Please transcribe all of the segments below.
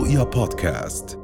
رؤيا بودكاست.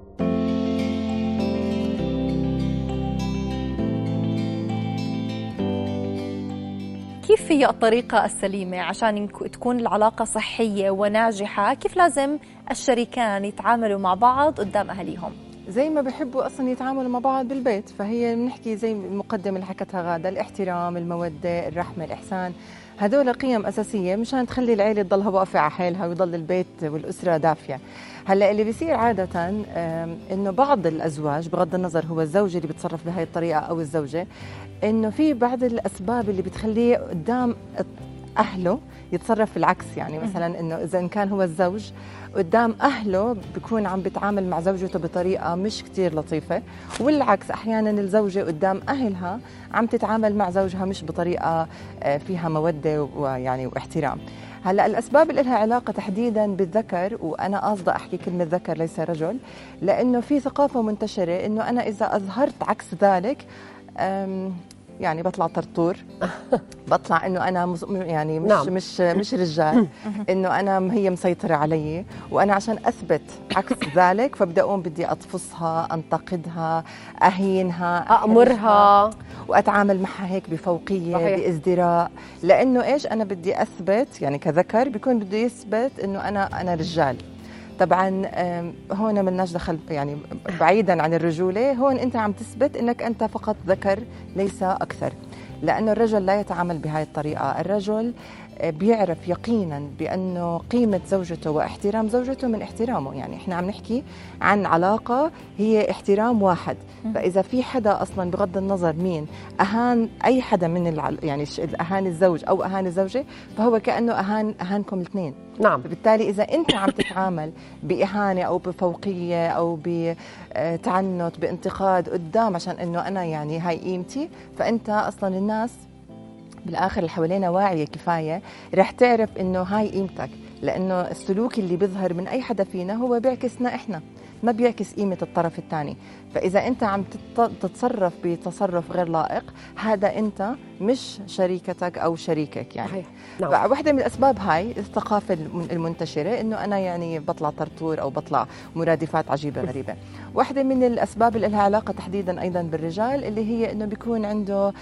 كيف هي الطريقة السليمة عشان تكون العلاقة صحية وناجحة؟ كيف لازم الشريكان يتعاملوا مع بعض قدام أهليهم؟ زي ما بيحبوا أصلا يتعاملوا مع بعض بالبيت، فهي بنحكي زي المقدمة اللي حكتها غادة: الاحترام، المودة، الرحمة، الإحسان. هدول قيم أساسية مشان تخلي العيلة تضلها واقفة على حالها ويضل البيت والأسرة دافية. هلا اللي بيصير عادة إنه بعض الأزواج، بغض النظر هو الزوج اللي بيتصرف بهاي الطريقة أو الزوجة، إنه في بعض الأسباب اللي بتخليه قدام أهله يتصرف بالعكس. يعني مثلا إنه إذا كان هو الزوج قدام أهله بيكون عم بيتعامل مع زوجته بطريقة مش كتير لطيفة، والعكس أحيانا الزوجة قدام أهلها عم تتعامل مع زوجها مش بطريقة فيها مودة ويعني واحترام. هلا الأسباب اللي لها علاقة تحديدا بالذكر، وأنا قاصدة أحكي كلمة ذكر ليس رجل، لأنه في ثقافة منتشرة إنه أنا إذا أظهرت عكس ذلك يعني بطلع طرطور، بطلع انه انا يعني مش نعم. مش رجال، انه انا هي مسيطره علي، وانا عشان اثبت عكس ذلك فبدي اقوم بدي اطفصها، انتقدها، اهينها، امرها، واتعامل معها هيك بفوقيه، صحيح. بازدراء، لانه ايش انا بدي اثبت، يعني كذكر بيكون بده يثبت انه انا رجال. طبعا هون ملناش دخل، يعني بعيدا عن الرجوله، هون انت عم تثبت انك انت فقط ذكر ليس اكثر، لانه الرجل لا يتعامل بهاي الطريقه. الرجل بيعرف يقينا بانه قيمه زوجته واحترام زوجته من احترامه. يعني احنا عم نحكي عن علاقه هي احترام واحد، فاذا في حدا اصلا بغض النظر مين اهان اي حدا من يعني اهان الزوج او اهان الزوجه، فهو كانه اهانكم الاثنين. نعم. فبالتالي اذا انت عم تتعامل باهانه او بفوقيه او بتعنت بانتقاد قدام عشان انه انا يعني هاي قيمتي، فانت اصلا الناس بالاخر اللي حوالينا واعيه كفايه رح تعرف انه هاي قيمتك، لانه السلوك اللي بيظهر من اي حدا فينا هو بيعكسنا احنا، ما بيعكس قيمه الطرف الثاني. فاذا انت عم تتصرف بتصرف غير لائق، هذا انت مش شريكتك او شريكك. يعني نعم. واحده من الاسباب هاي الثقافه المنتشره، انه انا يعني بطلع طرطور او بطلع مرادفات عجيبه غريبه. واحده من الاسباب اللي لها علاقه تحديدا ايضا بالرجال، اللي هي انه بيكون عنده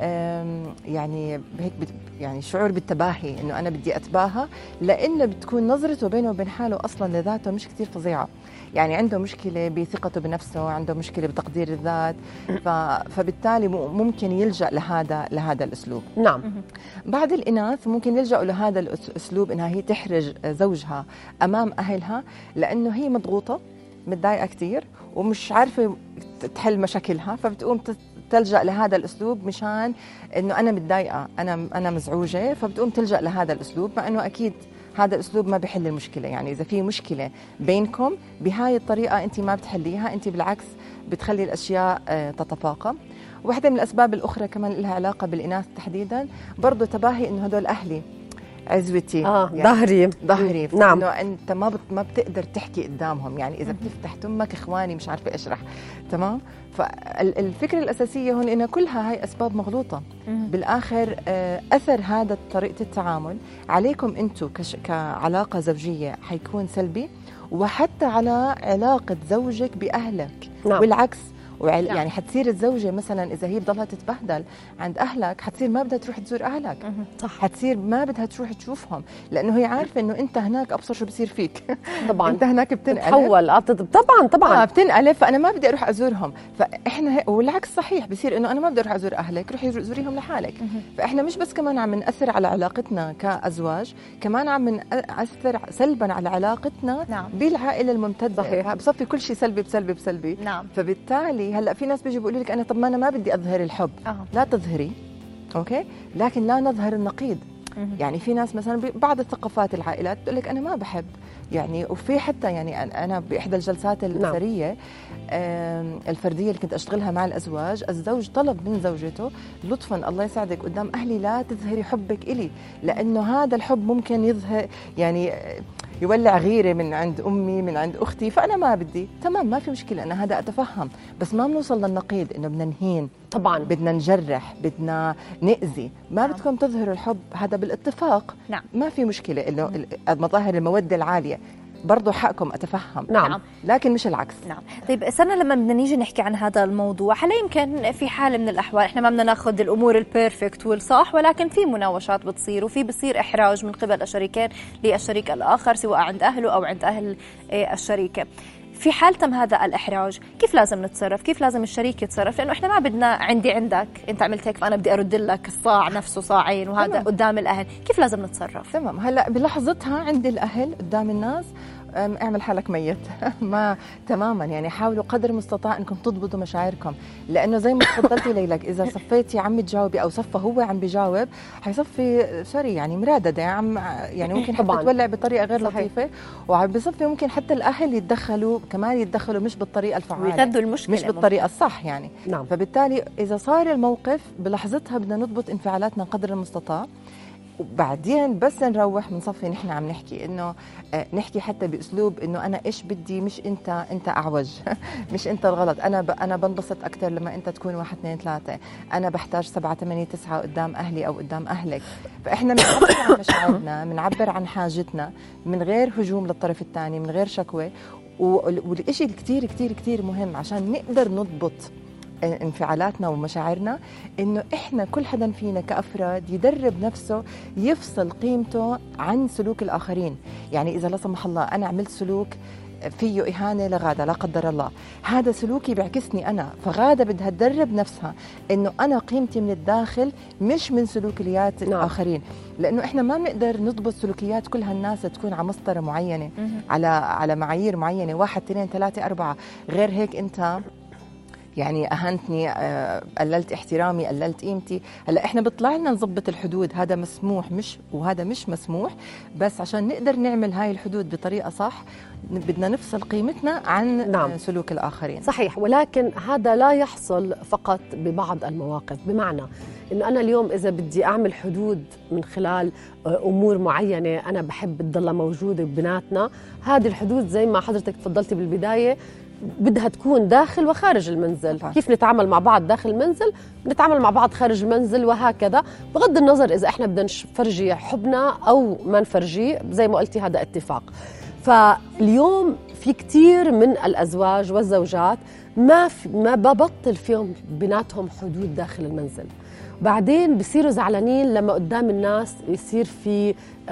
يعني هيك يعني شعور بالتباهي، انه انا بدي اتباهى، لانه بتكون نظرته بينه وبين حاله اصلا لذاته مش كثير فظيعه. يعني عنده مشكله بثقته بنفسه، عنده مشكله بتقدير الذات، فبالتالي ممكن يلجا لهذا الاسلوب. نعم. بعض الاناث ممكن يلجأوا لهذا الاسلوب، انها هي تحرج زوجها امام اهلها، لانه هي مضغوطه متضايقه كثير ومش عارفه تحل مشاكلها، فبتقوم تلجأ لهذا الاسلوب مشان انه انا متضايقه، انا مزعوجه، فبتقوم تلجأ لهذا الاسلوب، مع انه اكيد هذا الاسلوب ما بيحل المشكله. يعني اذا في مشكله بينكم بهاي الطريقه انت ما بتحليها، انت بالعكس بتخلي الاشياء تتفاقم. واحده من الاسباب الاخرى كمان لها علاقه بالاناث تحديدا، برضه تباهي، انه هدول اهلي عزوتي، يعني ظهري، نعم. انه انت ما بتقدر تحكي قدامهم، يعني اذا بتفتح تمك اخواني مش عارفه اشرح. تمام. فالفكره الاساسيه هون انه كلها هاي اسباب مغلوطه. بالاخر اثر هذا طريقه التعامل عليكم انتم كعلاقه زوجيه حيكون سلبي، وحتى على علاقه زوجك باهلك. نعم. والعكس. يعني حتصير الزوجة مثلا إذا هي بضلها تتبهدل عند أهلك، حتصير ما بدها تروح تزور أهلك. صح. حتصير ما بدها تروح تشوفهم، لأنه هي عارفة إنه أنت هناك أبصر شو بصير فيك. طبعا. أنت هناك بتنقلب، طبعا بتنقلب، فأنا ما بدي أروح أزورهم. فإحنا والعكس صحيح، بصير إنه أنا ما بدي أروح أزور أهلك، روحي زوريهم لحالك. فإحنا مش بس كمان عم نأثر على علاقتنا كأزواج، كمان عم نأثر سلبا على علاقتنا نعم. بالعائلة الممتدة. صحيح. بصفي كل شيء سلبي بسلبي. نعم. فبالتالي هلا في ناس بيجوا بيقولوا لك انا طب ما انا ما بدي اظهر الحب. لا تظهري، اوكي، لكن لا نظهر النقيض. يعني في ناس مثلا بعض الثقافات العائلات بتقول لك انا ما بحب، يعني وفي حتى يعني انا باحدى الجلسات الاسريه الفرديه اللي كنت اشتغلها مع الازواج، الزوج طلب من زوجته لطفا الله يسعدك قدام اهلي لا تظهري حبك الي، لانه هذا الحب ممكن يظهر يعني يولع غيره من عند امي من عند اختي، فانا ما بدي. تمام، ما في مشكله، انا هذا اتفهم، بس ما بنوصل للنقيض انه بدنا نهين، طبعا بدنا نجرح، بدنا نأذي. ما بدكم تظهروا الحب، هذا بالاتفاق. نعم. ما في مشكله انه مظاهر الموده العاليه، برضه حقكم اتفهم. نعم. لكن مش العكس. نعم. طيب سنة لما بدنا نيجي نحكي عن هذا الموضوع، هلا يمكن في حالة من الأحوال إحنا ما بدنا ناخذ الأمور البيرفكت والصح، ولكن في مناوشات بتصير وفي بصير إحراج من قبل الشريكين للشريك الآخر، سواء عند أهله أو عند أهل الشريكة. في حال تم هذا الإحراج كيف لازم نتصرف؟ كيف لازم الشريك يتصرف؟ لأنه إحنا ما بدنا عندك أنت عملت هيك فأنا بدي أرد لك الصاع نفسه صاعين، وهذا تمام. قدام الأهل. كيف لازم نتصرف؟ تمام. هلا بلحظتها عند الأهل قدام الناس اعمل حالك ميت. ما تماما، يعني حاولوا قدر المستطاع انكم تضبطوا مشاعركم، لانه زي ما تفضلتي ليلك اذا صفيتي عم تجاوبي او صفى هو عم بيجاوب حيصفي سوري يعني مردده عم يعني ممكن حتى تولع بطريقه غير لطيفه، وعم بصفي ممكن حتى الاهل يتدخلوا كمان، يتدخلوا مش بالطريقه الفعاله ويغذوا المشكله مش بالطريقه الصح يعني. نعم. فبالتالي اذا صار الموقف بلحظتها بدنا نضبط انفعالاتنا قدر المستطاع، وبعدين بس نروح بنصفي نحن عم نحكي انه نحكي حتى باسلوب انه انا ايش بدي، مش انت اعوج مش انت الغلط، انا بنبسط اكثر لما انت تكون 1 2 3، انا بحتاج 7 8 9 قدام اهلي او قدام اهلك. فاحنا بنعبر عن مشاعرنا، بنعبر عن حاجتنا من غير هجوم للطرف الثاني، من غير شكوى. والشيء الكثير كثير كثير مهم عشان نقدر نضبط انفعالاتنا ومشاعرنا، انه احنا كل حدا فينا كافراد يدرب نفسه يفصل قيمته عن سلوك الاخرين. يعني اذا لا سمح الله انا عملت سلوك فيه اهانه لغاده لا قدر الله، هذا سلوكي بيعكسني انا، فغاده بدها تدرب نفسها انه انا قيمتي من الداخل مش من سلوكيات الاخرين، لانه احنا ما بنقدر نضبط سلوكيات كل هالناس تكون على مسطره معينه، على معايير معينه، 1 2 3 4، غير هيك انت يعني أهنتني، قللت احترامي، قللت قيمتي. هلا احنا بيطلع لنا نظبط الحدود، هذا مسموح مش وهذا مش مسموح، بس عشان نقدر نعمل هاي الحدود بطريقة صح بدنا نفصل قيمتنا عن سلوك الآخرين. صحيح، ولكن هذا لا يحصل فقط ببعض المواقف، بمعنى إنه أنا اليوم إذا بدي أعمل حدود من خلال أمور معينة أنا بحب تضلها موجودة بيناتنا، هذه الحدود زي ما حضرتك تفضلتي بالبداية بدها تكون داخل وخارج المنزل. كيف نتعامل مع بعض داخل المنزل نتعامل مع بعض خارج المنزل، وهكذا بغض النظر إذا إحنا بدنا نفرجي حبنا أو ما نفرجيه، زي ما قلتي هذا اتفاق. فاليوم في كتير من الأزواج والزوجات ما ببطل فيهم بيناتهم حدود داخل المنزل، بعدين بصيروا زعلانين لما قدام الناس يصير في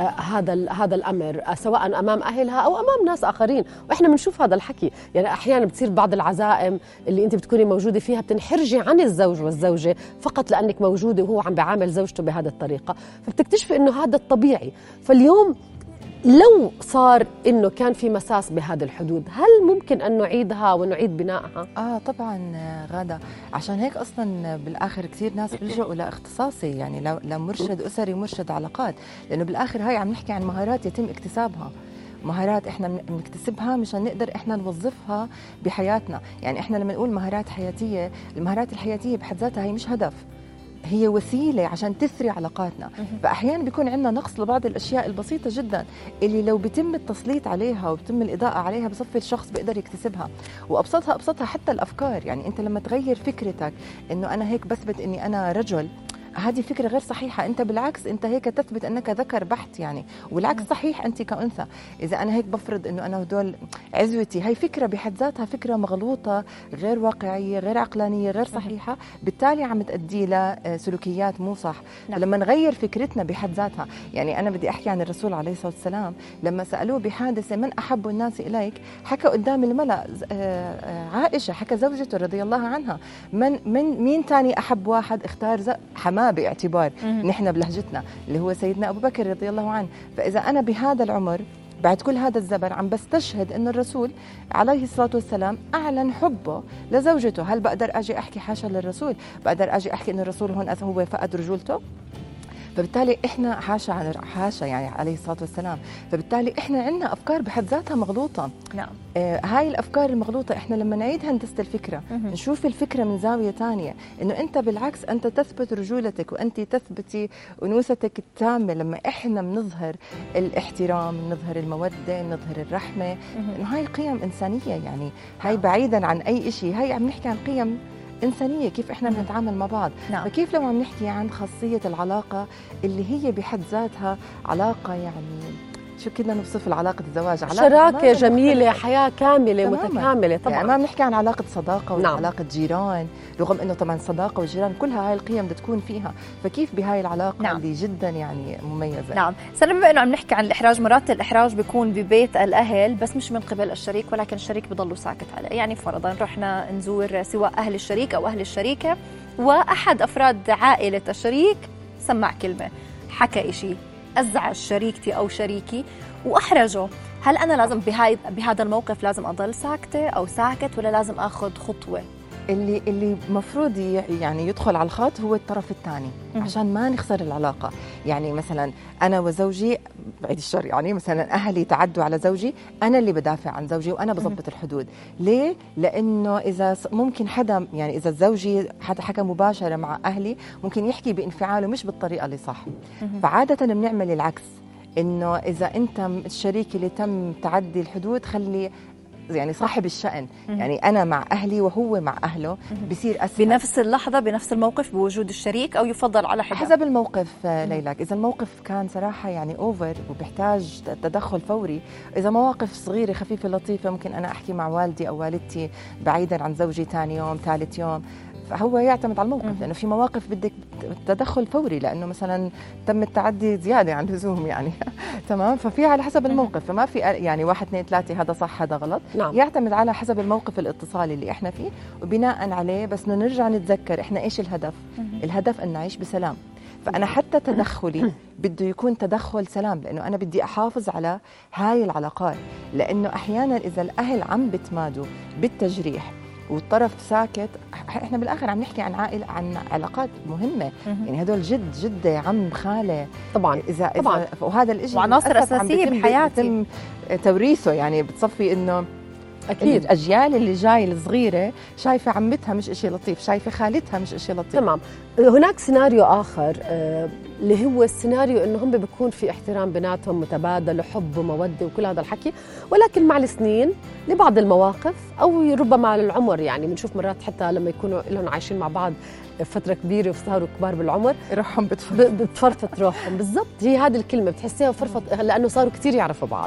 هذا الامر، سواء امام اهلها او امام ناس اخرين، واحنا بنشوف هذا الحكي. يعني احيانا بتصير بعض العزائم اللي انت بتكوني موجوده فيها بتنحرجي عن الزوج والزوجه فقط لانك موجوده وهو عم بيعامل زوجته بهذه الطريقه، فبتكتشفي انه هذا الطبيعي. فاليوم لو صار إنه كان في مساس بهذه الحدود، هل ممكن أن نعيدها ونعيد بنائها؟ طبعا غادة، عشان هيك أصلا بالآخر كثير ناس بيلجأوا لاختصاصي، يعني لمرشد أسري، مرشد علاقات، لأنه بالآخر هاي عم نحكي عن مهارات يتم اكتسابها، مهارات احنا بنكتسبها مشان نقدر احنا نوظفها بحياتنا. يعني احنا لما نقول مهارات حياتية، المهارات الحياتية بحد ذاتها هي مش هدف، هي وسيلة عشان تثري علاقاتنا. فأحيانا بيكون عندنا نقص لبعض الأشياء البسيطة جدا اللي لو بيتم التسليط عليها وبيتم الإضاءة عليها بصفي الشخص بيقدر يكتسبها. وأبسطها حتى الأفكار، يعني أنت لما تغير فكرتك إنه أنا هيك بثبت إني أنا رجل، هذه فكرة غير صحيحة، أنت بالعكس أنت هيك تثبت أنك ذكر بحت يعني، والعكس صحيح أنت كأنثى. إذا أنا هيك بفرض أنه أنا هدول عزوتي، هاي فكرة بحد ذاتها فكرة مغلوطة، غير واقعية، غير عقلانية، غير صحيحة، بالتالي عم تأدي لسلوكيات مو صح. لما نغير فكرتنا بحد ذاتها، يعني أنا بدي أحكي عن الرسول عليه الصلاة والسلام لما سألوه بحادثة من أحب الناس إليك، حكى قدام الملأ عائشة، حكى زوجته رضي الله عنها. مين تاني أحب واحد؟ اختار حماه باعتبار نحن بلهجتنا اللي هو سيدنا أبو بكر رضي الله عنه. فإذا أنا بهذا العمر بعد كل هذا الزمن عم بستشهد أن الرسول عليه الصلاة والسلام أعلن حبه لزوجته، هل بقدر أجي أحكي حاشا للرسول؟ بقدر أجي أحكي أن الرسول هون هو فقد رجولته؟ فبالتالي احنا حاشا يعني عليه الصلاه والسلام. فبالتالي احنا عندنا افكار بحد ذاتها مغلوطه. نعم. هاي الافكار المغلوطه احنا لما نعيد هندسه الفكره نشوف الفكره من زاويه ثانيه، انه انت بالعكس انت تثبت رجولتك وانت تثبتي انوثتك التامه لما احنا بنظهر الاحترام، بنظهر الموده، بنظهر الرحمه، انه هاي قيم انسانيه. يعني هاي بعيدا عن اي شيء، هاي عم نحكي عن قيم إنسانية، كيف إحنا بنتعامل مع بعض. نعم. فكيف لو عم نحكي عن خاصية العلاقة اللي هي بحد ذاتها علاقة يعني شو كنا نوصف علاقة الزواج؟ شراكة جميلة، حياة كاملة متكاملة طبعا. يعني ما بنحكي عن علاقة صداقة ولا نعم. علاقة جيران، رغم انه طبعا صداقة وجيران كلها هاي القيم بدها تكون فيها، فكيف بهاي العلاقة نعم. اللي جدا يعني مميزة. نعم. بما انه عم نحكي عن الإحراج، مرات الإحراج بيكون ببيت الأهل بس مش من قبل الشريك، ولكن الشريك بضله ساكت عليه. يعني فرضا رحنا نزور سواء أهل الشريك أو أهل الشريكة، وأحد أفراد عائلة الشريك سمع كلمة، حكى إشي أزعج شريكتي أو شريكي وأحرجه. هل أنا لازم بهذا الموقف لازم أضل ساكتة أو ساكت، ولا لازم أخذ خطوة؟ اللي مفروض يعني يدخل على الخط هو الطرف الثاني عشان ما نخسر العلاقة. يعني مثلا أنا وزوجي بعيد الشر، يعني مثلا أهلي تعدوا على زوجي، أنا اللي بدافع عن زوجي وأنا بضبط الحدود. ليه؟ لأنه إذا ممكن حدا، يعني إذا زوجي حدا حكى مباشرة مع أهلي ممكن يحكي بانفعاله مش بالطريقة اللي صح. فعادة بنعمل العكس، إنه إذا أنت الشريك اللي تم تعدي الحدود خلي يعني صاحب الشأن، يعني أنا مع أهلي وهو مع أهله، بصير أسهل بنفس اللحظة بنفس الموقف بوجود الشريك، أو يفضل على حدا؟ حسب الموقف ليلى. إذا الموقف كان صراحة يعني أوفر وبيحتاج تدخل فوري، إذا مواقف صغيرة خفيفة لطيفة ممكن أنا أحكي مع والدي أو والدتي بعيدا عن زوجي ثاني يوم ثالث يوم، فهو يعتمد على الموقف. لأنه في مواقف بدك تدخل فوري لأنه مثلا تم التعدي زيادة عن اللزوم يعني تمام، ففي على حسب الموقف، فما في يعني 1 2 3 هذا صح هذا غلط. نعم. يعتمد على حسب الموقف الاتصالي اللي احنا فيه، وبناء عليه بس نرجع نتذكر احنا ايش الهدف. الهدف أن نعيش بسلام. فأنا حتى تدخلي بده يكون تدخل سلام، لأنه أنا بدي أحافظ على هاي العلاقات. لأنه أحيانا إذا الأهل عم بتمادوا بالتجريح والطرف ساكت، احنا بالاخر عم نحكي عن عائله، عن علاقات مهمه، يعني هدول جد جده عم خاله طبعا إذا وهذا الشيء وعناصر اساسيه بحياتي يتم توريثه. يعني بتصفي انه أكيد الأجيال اللي جاي الصغيرة شايفة عمتها مش إشي لطيف، شايفة خالتها مش إشي لطيف. تمام. هناك سيناريو آخر اللي هو السيناريو إنه هم بيكون في احترام بيناتهم متبادل وحب ومودة وكل هذا الحكي، ولكن مع السنين لبعض المواقف أو ربما للعمر، يعني بنشوف مرات حتى لما يكونوا لهم عايشين مع بعض فترة كبيرة وصاروا كبار بالعمر روحهم بتفرفط روحهم. بالضبط، هي هذه الكلمة بتحسيها فرفط، لأنه صاروا كتير يعرفوا بعض.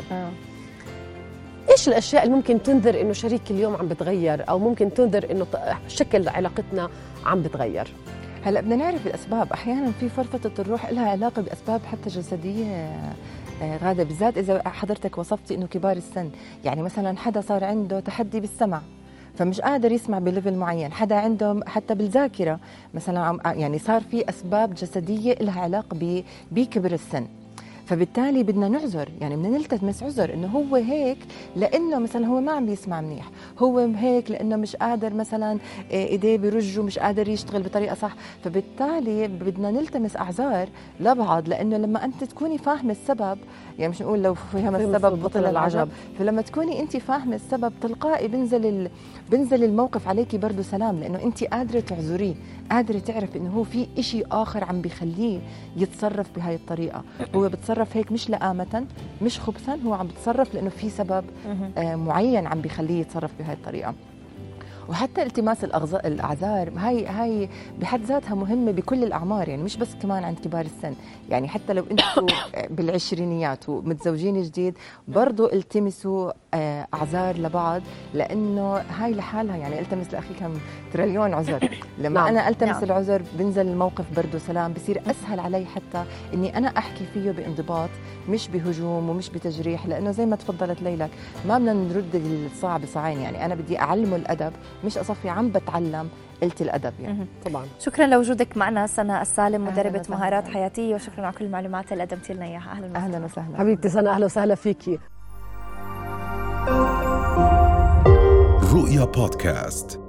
إيش الأشياء اللي ممكن تنذر إنه شريك اليوم عم بتغير، أو ممكن تنذر إنه شكل علاقتنا عم بتغير؟ هلا بدنا نعرف الأسباب. أحيانا في فرفطة الروح لها علاقة بأسباب حتى جسدية غادة، بالذات إذا حضرتك وصفتي إنه كبار السن. يعني مثلا حدا صار عنده تحدي بالسمع فمش قادر يسمع بليفل معين، حدا عنده حتى بالذاكرة مثلا، يعني صار في أسباب جسدية لها علاقة بكبر السن. فبالتالي بدنا نعذر، يعني بدنا نلتمس عذر انه هو هيك لانه مثلا هو ما عم بيسمع منيح، هو هيك لانه مش قادر مثلا ايديه برجوا مش قادر يشتغل بطريقه صح. فبالتالي بدنا نلتمس اعذار لبعض، لانه لما انت تكوني فاهمه السبب، يعني مش نقول لو فهم السبب بطل العجب، فلما تكوني انت فاهمه السبب تلقائي بنزل الموقف عليكي برضه سلام، لانه انت قادره تعذريه، قادره تعرف انه هو في إشي اخر عم بيخليه يتصرف بهاي الطريقه. هو بتصرف هيك مش لآمة مش خبثا، هو عم بتصرف لانه في سبب معين عم بيخليه يتصرف بهاي الطريقه. وحتى التماس الاعذار هاي بحد ذاتها مهمه بكل الاعمار، يعني مش بس كمان عند كبار السن. يعني حتى لو انتم بالعشرينيات ومتزوجين جديد برضو التمسوا اعذار لبعض، لانه هاي لحالها يعني التمس لاخي كم تريليون عذر. لما انا التمس العذر بنزل الموقف برضو سلام، بصير اسهل علي حتى اني انا احكي فيه بانضباط مش بهجوم ومش بتجريح. لانه زي ما تفضلت ليلى ما بدنا نرد الصعب صعين، يعني انا بدي اعلمه الادب مش أصفي عم بتعلم قلت الأدب يعني. طبعا. شكرا لوجودك معنا سناء السالم، مدربة مهارات حياتية، وشكرا على كل المعلومات اللي قدمتي لنا إياها. أهلا وسهلا حبيبتي سناء، أهلا وسهلا فيكي. رؤيا بودكاست.